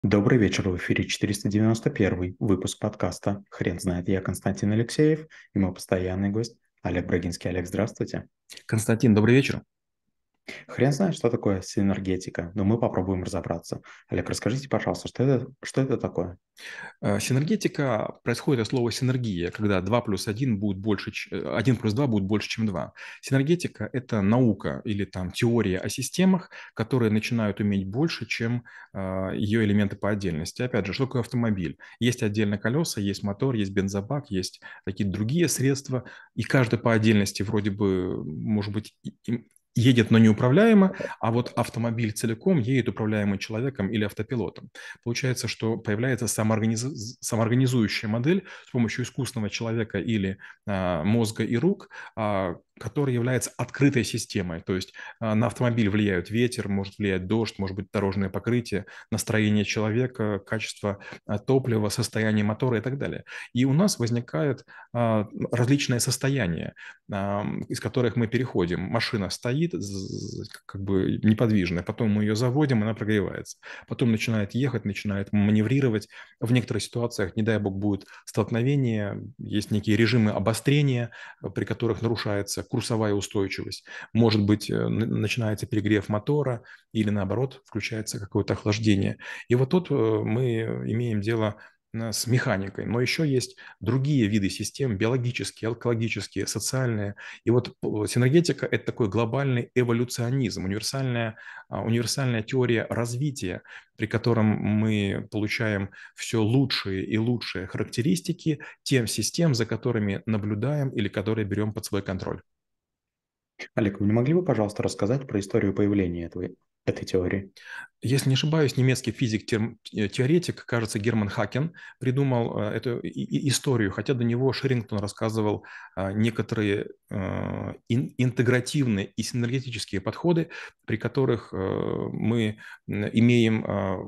Добрый вечер, в эфире 491 выпуск подкаста «Хрен знает». Я Константин Алексеев и мой постоянный гость Олег Брагинский. Олег, здравствуйте. Константин, добрый вечер. Хрен знает, что такое синергетика, но мы попробуем разобраться. Олег, расскажите, пожалуйста, что это такое? Синергетика происходит от слова синергия, когда 2 плюс 1 будет больше, 1 плюс 2 будет больше, чем 2. Синергетика – это наука или там теория о системах, которые начинают уметь больше, чем ее элементы по отдельности. Опять же, что такое автомобиль? Есть отдельно колеса, есть мотор, есть бензобак, есть какие-то другие средства, и каждый по отдельности вроде бы, может быть, едет, но неуправляемо, а вот автомобиль целиком едет управляемый человеком или автопилотом. Получается, что появляется самоорганизующая модель с помощью искусственного человека или мозга и рук, которая является открытой системой. То есть на автомобиль влияют ветер, может влиять дождь, может быть дорожное покрытие, настроение человека, качество топлива, состояние мотора и так далее. И у нас возникают различные состояния, из которых мы переходим. Машина стоит как бы неподвижная, потом мы ее заводим, она прогревается, потом начинает ехать, начинает маневрировать. В некоторых ситуациях, не дай бог, будет столкновение, есть некие режимы обострения, при которых нарушается курсовая устойчивость. Может быть, начинается перегрев мотора или наоборот, включается какое-то охлаждение. И вот тут мы имеем дело с механикой. Но еще есть другие виды систем, биологические, алкологические, социальные. И вот синергетика – это такой глобальный эволюционизм, универсальная теория развития, при котором мы получаем все лучшие и лучшие характеристики тем систем, за которыми наблюдаем или которые берем под свой контроль. Олег, вы не могли бы, пожалуйста, рассказать про историю появления этой теории? Если не ошибаюсь, немецкий физик-теоретик, кажется, Герман Хакен, придумал эту историю, хотя до него Шерингтон рассказывал некоторые интегративные и синергетические подходы, при которых мы имеем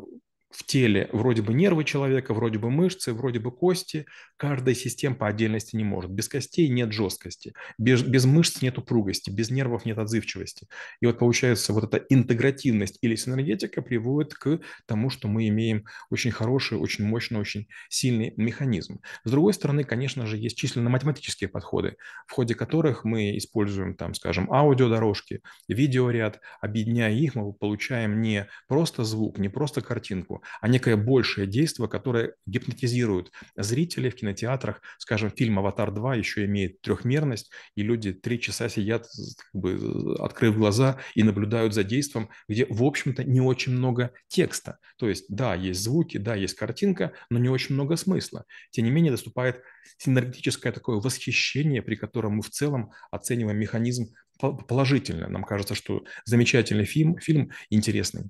в теле вроде бы нервы человека, вроде бы мышцы, вроде бы кости. Каждая система по отдельности не может. Без костей нет жесткости, без мышц нет упругости, без нервов нет отзывчивости. И вот получается, вот эта интегративность или синергетика приводит к тому, что мы имеем очень хороший, очень мощный, очень сильный механизм. С другой стороны, конечно же, есть численно-математические подходы, в ходе которых мы используем, там, скажем, аудиодорожки, видеоряд, объединяя их, мы получаем не просто звук, не просто картинку, а некое большее действие, которое гипнотизирует зрителей в кинотеатрах. Скажем, фильм «Аватар 2» еще имеет трехмерность, и люди 3 часа сидят, как бы, открыв глаза, и наблюдают за действием, где, в общем-то, не очень много текста. То есть, да, есть звуки, да, есть картинка, но не очень много смысла. Тем не менее, наступает синергетическое такое восхищение, при котором мы в целом оцениваем механизм положительно. Нам кажется, что замечательный фильм интересный.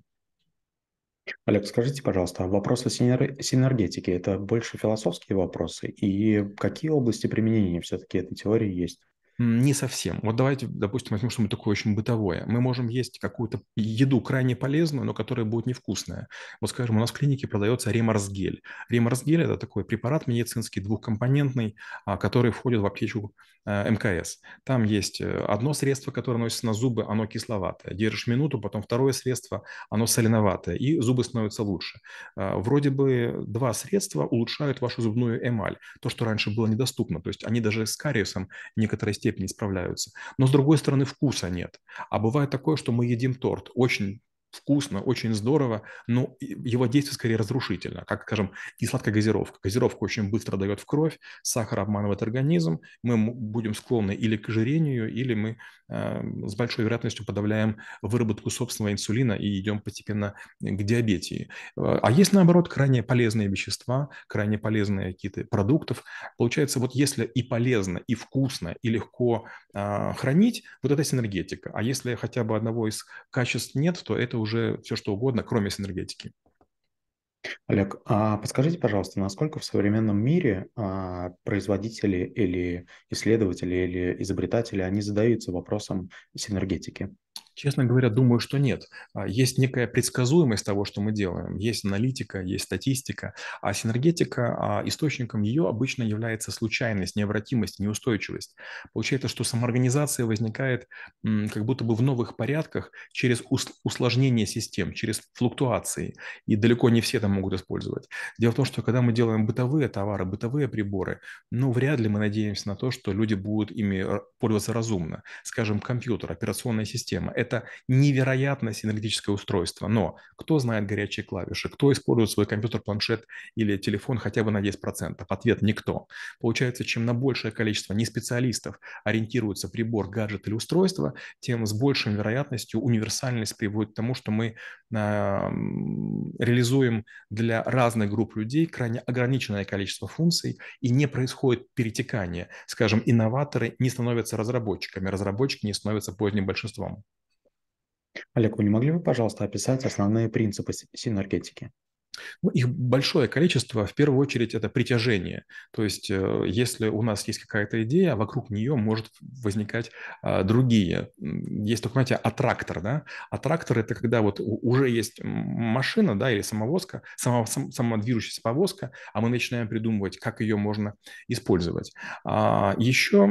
Олег, скажите, пожалуйста, а вопросы синергетики – это больше философские вопросы? И какие области применения все-таки этой теории есть? Не совсем. Вот давайте, допустим, возьмем что-нибудь такое очень бытовое. Мы можем есть какую-то еду крайне полезную, но которая будет невкусная. Вот, скажем, у нас в клинике продается ремарсгель. Ремарсгель – это такой препарат медицинский двухкомпонентный, который входит в аптечку МКС. Там есть одно средство, которое наносится на зубы, оно кисловатое. Держишь минуту, потом второе средство, оно соленоватое, и зубы становятся лучше. Вроде бы два средства улучшают вашу зубную эмаль, то, что раньше было недоступно. То есть они даже с кариесом в некоторой степени справляются. Но, с другой стороны, вкуса нет. А бывает такое, что мы едим торт. Очень вкусно, очень здорово, но его действие скорее разрушительно, как, скажем, и сладкая газировка. Газировка очень быстро дает в кровь, сахар обманывает организм, мы будем склонны или к ожирению, или мы с большой вероятностью подавляем выработку собственного инсулина и идем постепенно к диабетии. А есть, наоборот, крайне полезные вещества, крайне полезные какие-то продуктов. Получается, вот если и полезно, и вкусно, и легко хранить, вот это синергетика. А если хотя бы одного из качеств нет, то это уже все что угодно, кроме синергетики. Олег, а подскажите, пожалуйста, насколько в современном мире производители или исследователи или изобретатели, они задаются вопросом синергетики? Честно говоря, думаю, что нет. Есть некая предсказуемость того, что мы делаем. Есть аналитика, есть статистика, а синергетика, источником ее обычно является случайность, необратимость, неустойчивость. Получается, что самоорганизация возникает как будто бы в новых порядках через усложнение систем, через флуктуации, и далеко не все это могут использовать. Дело в том, что когда мы делаем бытовые товары, бытовые приборы, ну, вряд ли мы надеемся на то, что люди будут ими пользоваться разумно. Скажем, компьютер, операционная система – это невероятно синергетическое устройство, но кто знает горячие клавиши, кто использует свой компьютер, планшет или телефон хотя бы на 10%? Ответ – никто. Получается, чем на большее количество неспециалистов ориентируется прибор, гаджет или устройство, тем с большей вероятностью универсальность приводит к тому, что мы реализуем для разных групп людей крайне ограниченное количество функций, и не происходит перетекание. Скажем, инноваторы не становятся разработчиками, разработчики не становятся поздним большинством. Олег, вы не могли бы, пожалуйста, описать основные принципы синергетики? Ну, их большое количество, в первую очередь, это притяжение. То есть, если у нас есть какая-то идея, вокруг нее может возникать другие. Есть такой, знаете, аттрактор, да? Аттрактор – это когда вот уже есть машина, да, или самовозка, самодвижущаяся повозка, а мы начинаем придумывать, как ее можно использовать. Еще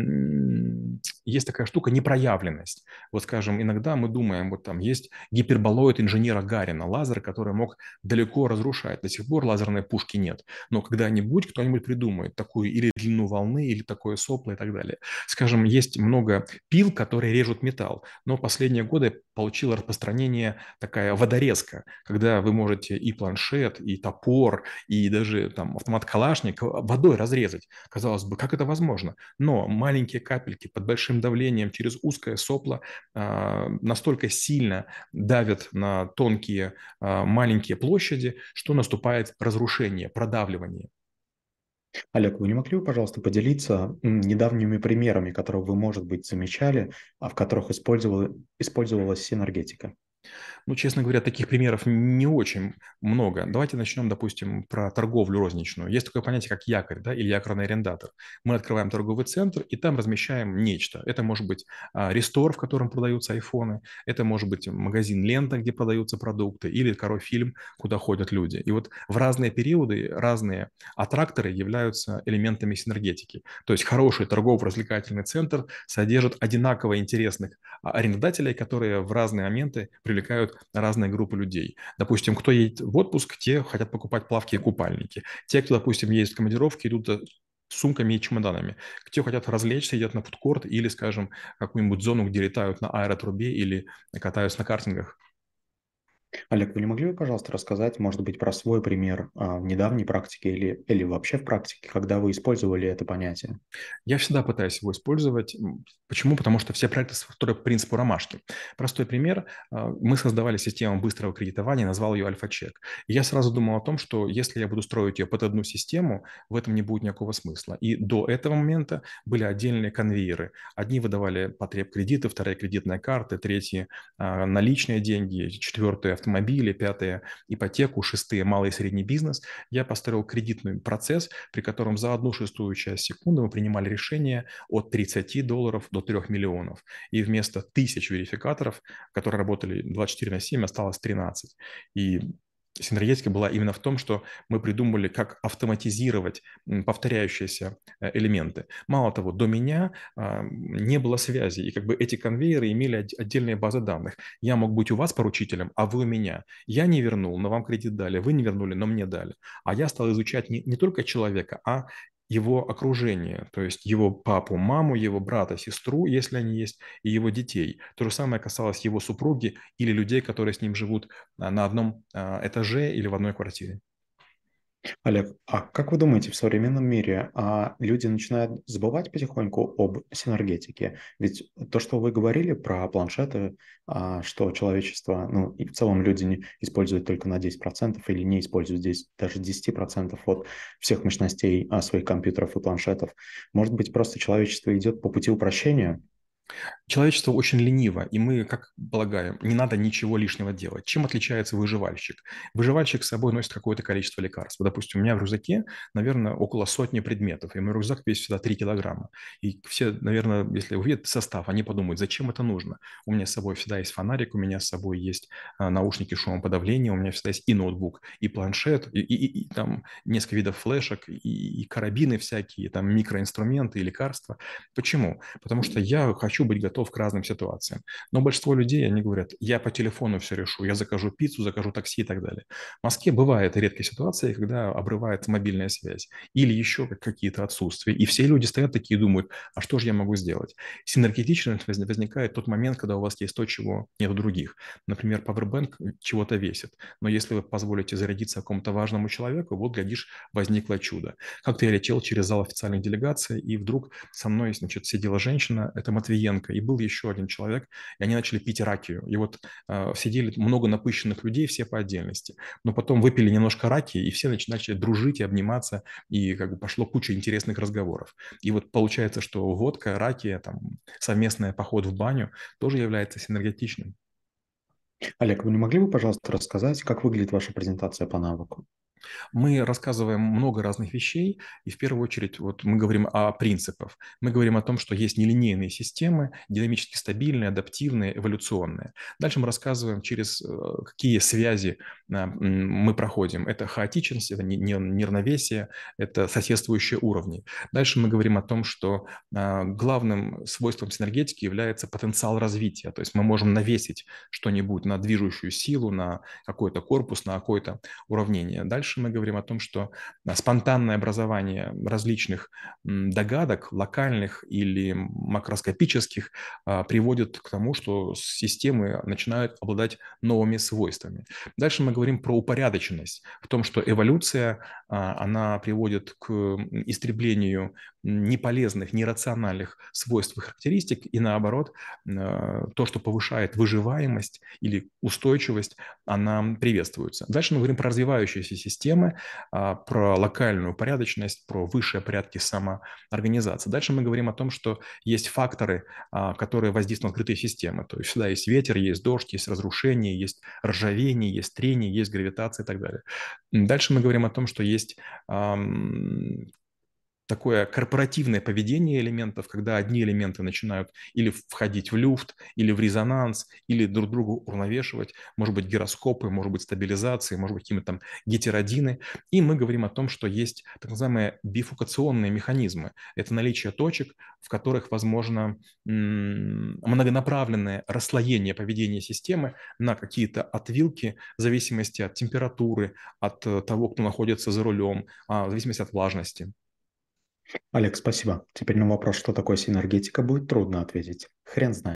есть такая штука непроявленность. Вот, скажем, иногда мы думаем, вот там есть гиперболоид инженера Гарина, лазер, который мог далеко разрушает. До сих пор лазерной пушки нет. Но когда-нибудь кто-нибудь придумает такую или длину волны, или такое сопло и так далее. Скажем, есть много пил, которые режут металл, но последние годы получила распространение такая водорезка, когда вы можете и планшет, и топор, и даже там автомат Калашник водой разрезать. Казалось бы, как это возможно? Но маленькие капельки под большим давлением через узкое сопло настолько сильно давят на тонкие маленькие площади, что наступает разрушение, продавливание. Олег, вы не могли бы, пожалуйста, поделиться недавними примерами, которые вы, может быть, замечали, а в которых использовалась синергетика? Ну, честно говоря, таких примеров не очень много. Давайте начнем, допустим, про торговлю розничную. Есть такое понятие, как якорь, да, или якорный арендатор. Мы открываем торговый центр и там размещаем нечто. Это может быть рестор, в котором продаются айфоны, это может быть магазин «Лента», где продаются продукты, или фильм, куда ходят люди. И вот в разные периоды разные аттракторы являются элементами синергетики. То есть хороший торгово-развлекательный центр содержит одинаково интересных арендодателей, которые в разные моменты привлекают разные группы людей. Допустим, кто едет в отпуск, те хотят покупать плавки и купальники. Те, кто, допустим, ездит в командировки, идут с сумками и чемоданами. Те хотят развлечься, идут на фудкорт или, скажем, какую-нибудь зону, где летают на аэротрубе или катаются на картингах. Олег, вы не могли бы, пожалуйста, рассказать, может быть, про свой пример в недавней практике или вообще в практике, когда вы использовали это понятие? Я всегда пытаюсь его использовать. Почему? Потому что все проекты строят по принципу ромашки. Простой пример. Мы создавали систему быстрого кредитования, назвал ее Альфа-чек. И я сразу думал о том, что если я буду строить ее под одну систему, в этом не будет никакого смысла. И до этого момента были отдельные конвейеры. Одни выдавали потреб кредиты, вторые кредитные карты, третьи наличные деньги, четвертые автомобили, пятые ипотеку, шестые малый и средний бизнес. Я построил кредитный процесс, при котором за 1/6 часть секунды мы принимали решение от $30 до 3 миллионов. И вместо тысяч верификаторов, которые работали 24/7, осталось 13. И синергетика была именно в том, что мы придумали, как автоматизировать повторяющиеся элементы. Мало того, до меня не было связи, и как бы эти конвейеры имели отдельные базы данных. Я мог быть у вас поручителем, а вы у меня. Я не вернул, но вам кредит дали, вы не вернули, но мне дали. А я стал изучать не только человека, а его окружение, то есть его папу, маму, его брата, сестру, если они есть, и его детей. То же самое касалось его супруги или людей, которые с ним живут на одном этаже или в одной квартире. Олег, а как вы думаете, в современном мире люди начинают забывать потихоньку об синергетике? Ведь то, что вы говорили про планшеты, что человечество, ну и в целом люди не используют только на 10% или не используют здесь даже 10% от всех мощностей своих компьютеров и планшетов. Может быть, просто человечество идет по пути упрощения? Человечество очень лениво, и мы, как полагаем, не надо ничего лишнего делать. Чем отличается выживальщик? Выживальщик с собой носит какое-то количество лекарств. Допустим, у меня в рюкзаке, наверное, около сотни предметов, и мой рюкзак весит всегда 3 килограмма. И все, наверное, если увидят состав, они подумают, зачем это нужно? У меня с собой всегда есть фонарик, у меня с собой есть наушники шумоподавления, у меня всегда есть и ноутбук, и планшет, и там несколько видов флешек, и карабины всякие, там микроинструменты и лекарства. Почему? Потому что я хочу быть готов к разным ситуациям. Но большинство людей, они говорят, я по телефону все решу, я закажу пиццу, закажу такси и так далее. В Москве бывает редкие ситуации, когда обрывается мобильная связь или еще какие-то отсутствия. И все люди стоят такие и думают, а что же я могу сделать? Синергетичность возникает в тот момент, когда у вас есть то, чего нет у других. Например, Powerbank чего-то весит. Но если вы позволите зарядиться какому-то важному человеку, вот, глядишь, возникло чудо. Как-то я летел через зал официальных делегаций, и вдруг со мной, значит, сидела женщина, это Матвиенко, и был еще один человек, и они начали пить ракию. И вот сидели много напыщенных людей, все по отдельности. Но потом выпили немножко раки, и все начали дружить и обниматься, и как бы пошло куча интересных разговоров. И вот получается, что водка, ракия, там, совместный поход в баню тоже является синергетичным. Олег, вы не могли бы, пожалуйста, рассказать, как выглядит ваша презентация по навыку? Мы рассказываем много разных вещей, и в первую очередь вот мы говорим о принципах. Мы говорим о том, что есть нелинейные системы, динамически стабильные, адаптивные, эволюционные. Дальше мы рассказываем, через какие связи мы проходим. Это хаотичность, это неравновесие, это соседствующие уровни. Дальше мы говорим о том, что главным свойством синергетики является потенциал развития. То есть мы можем навесить что-нибудь на движущую силу, на какой-то корпус, на какое-то уравнение. Дальше мы говорим о том, что спонтанное образование различных догадок, локальных или макроскопических, приводит к тому, что системы начинают обладать новыми свойствами. Дальше мы говорим про упорядоченность, в том, что эволюция, она приводит к истреблению неполезных, нерациональных свойств и характеристик, и наоборот, то, что повышает выживаемость или устойчивость, она приветствуется. Дальше мы говорим про развивающиеся системы, про локальную порядочность, про высшие порядки самоорганизации. Дальше мы говорим о том, что есть факторы, которые воздействуют на открытые системы. То есть всегда есть ветер, есть дождь, есть разрушение, есть ржавение, есть трение, есть гравитация и так далее. Дальше мы говорим о том, что есть такое корпоративное поведение элементов, когда одни элементы начинают или входить в люфт, или в резонанс, или друг другу уравновешивать, может быть, гироскопы, может быть, стабилизации, может быть, какие-то там гетеродины. И мы говорим о том, что есть так называемые бифуркационные механизмы. Это наличие точек, в которых возможно многонаправленное расслоение поведения системы на какие-то отвилки в зависимости от температуры, от того, кто находится за рулем, в зависимости от влажности. Олег, спасибо. Теперь на вопрос, что такое синергетика, будет трудно ответить. Хрен знает.